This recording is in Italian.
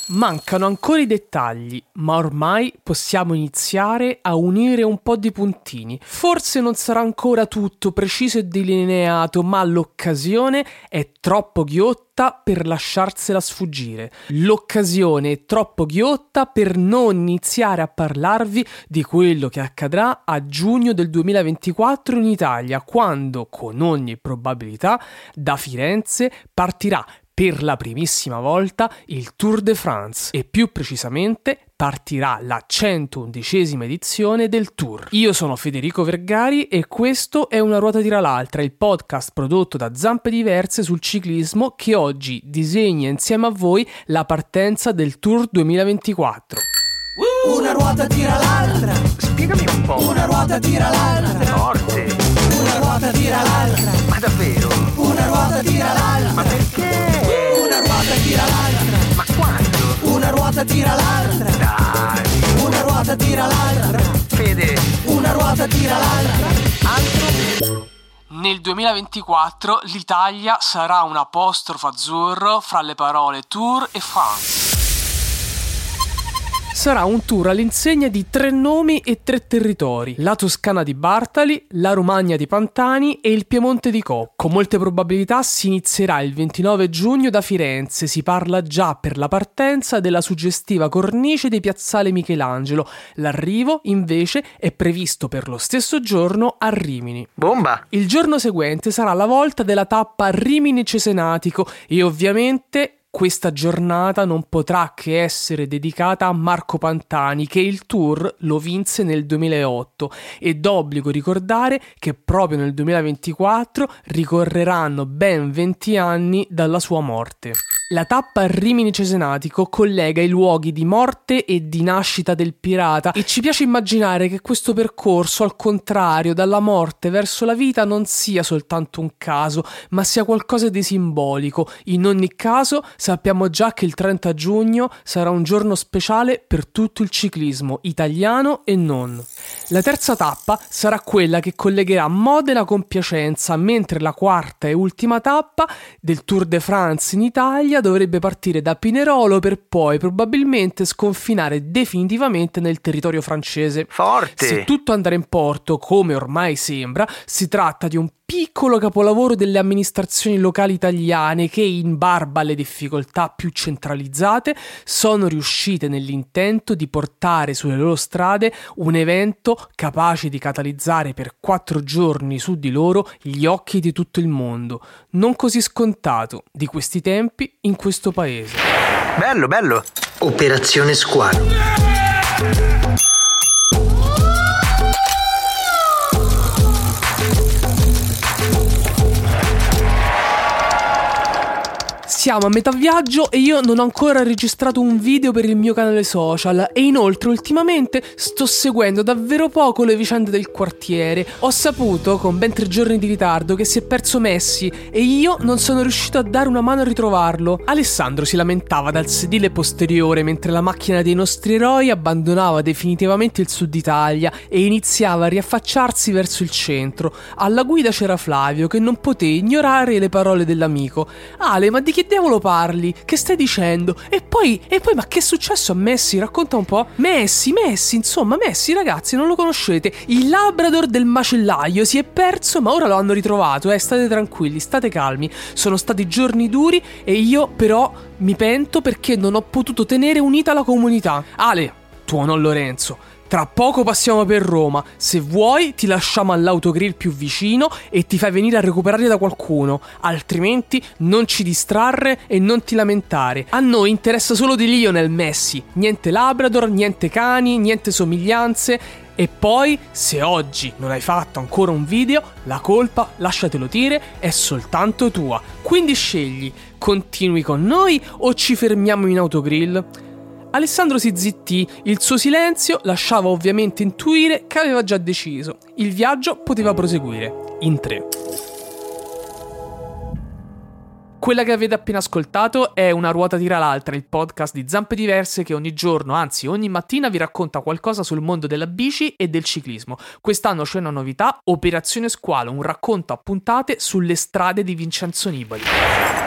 Mancano ancora i dettagli, ma ormai possiamo iniziare a unire un po' di puntini. Forse non sarà ancora tutto preciso e delineato, ma l'occasione è troppo ghiotta per lasciarsela sfuggire. L'occasione è troppo ghiotta per non iniziare a parlarvi di quello che accadrà a giugno del 2024 in Italia, quando, con ogni probabilità, da Firenze partirà per la primissima volta il Tour de France e più precisamente partirà la 111esima edizione del Tour. Io sono Federico Vergari e questo è Una ruota tira l'altra, il podcast prodotto da Zampe Diverse sul ciclismo che oggi disegna insieme a voi la partenza del Tour 2024. Una ruota tira l'altra. Spiegami un po'. Una ruota tira l'altra. Forte. Una ruota tira l'altra. Ma davvero? Una ruota tira l'altra. Ma perché? Una ruota tira l'altra. Ma quando? Una ruota tira l'altra. Dai. Una ruota tira l'altra. Fede. Una ruota tira l'altra. Altro? Nel 2024 l'Italia sarà un apostrofo azzurro fra le parole Tour e France. Sarà un tour all'insegna di 3 nomi e 3 territori: la Toscana di Bartali, la Romagna di Pantani e il Piemonte di Co. Con molte probabilità si inizierà il 29 giugno da Firenze. Si parla già per la partenza della suggestiva cornice di Piazzale Michelangelo. L'arrivo invece è previsto per lo stesso giorno a Rimini. Bomba! Il giorno seguente sarà la volta della tappa Rimini-Cesenatico e ovviamente questa giornata non potrà che essere dedicata a Marco Pantani, che il Tour lo vinse nel 2008 e d'obbligo ricordare che proprio nel 2024 ricorreranno ben 20 anni dalla sua morte. La tappa Rimini-Cesenatico collega i luoghi di morte e di nascita del pirata e ci piace immaginare che questo percorso, al contrario dalla morte verso la vita, non sia soltanto un caso, ma sia qualcosa di simbolico. In ogni caso sappiamo già che il 30 giugno sarà un giorno speciale per tutto il ciclismo, italiano e non. La terza tappa sarà quella che collegherà Modena con Piacenza, mentre la quarta e ultima tappa del Tour de France in Italia dovrebbe partire da Pinerolo per poi probabilmente sconfinare definitivamente nel territorio francese. Forte! Se tutto andrà in porto, come ormai sembra, si tratta di un piccolo capolavoro delle amministrazioni locali italiane che, in barba alle difficoltà più centralizzate, sono riuscite nell'intento di portare sulle loro strade un evento capace di catalizzare per 4 giorni su di loro gli occhi di tutto il mondo, non così scontato di questi tempi in questo paese. Bello, bello! Operazione Squalo. Siamo a metà viaggio e io non ho ancora registrato un video per il mio canale social e inoltre ultimamente sto seguendo davvero poco le vicende del quartiere. Ho saputo con ben 3 giorni di ritardo che si è perso Messi e io non sono riuscito a dare una mano a ritrovarlo. Alessandro si lamentava dal sedile posteriore mentre la macchina dei nostri eroi abbandonava definitivamente il sud Italia e iniziava a riaffacciarsi verso il centro. Alla guida c'era Flavio che non poté ignorare le parole dell'amico. Ale, ma di che diavolo parli? Che stai dicendo? E poi, ma che è successo a Messi? Racconta un po'. Messi, ragazzi, non lo conoscete? Il Labrador del macellaio si è perso, ma ora lo hanno ritrovato, state tranquilli, state calmi. Sono stati giorni duri e io però mi pento perché non ho potuto tenere unita la comunità. Ale, tuo non Lorenzo, tra poco passiamo per Roma. Se vuoi ti lasciamo all'autogrill più vicino e ti fai venire a recuperare da qualcuno. Altrimenti non ci distrarre e non ti lamentare. A noi interessa solo di Lionel Messi. Niente Labrador, niente cani, niente somiglianze. E poi, se oggi non hai fatto ancora un video, la colpa, lasciatelo dire, è soltanto tua. Quindi scegli, continui con noi o ci fermiamo in autogrill? Alessandro si zittì, il suo silenzio lasciava ovviamente intuire che aveva già deciso. Il viaggio poteva proseguire, in 3. Quella che avete appena ascoltato è Una ruota tira l'altra, il podcast di Zampe Diverse che ogni giorno, anzi ogni mattina vi racconta qualcosa sul mondo della bici e del ciclismo. Quest'anno c'è una novità, Operazione Squalo, un racconto a puntate sulle strade di Vincenzo Nibali.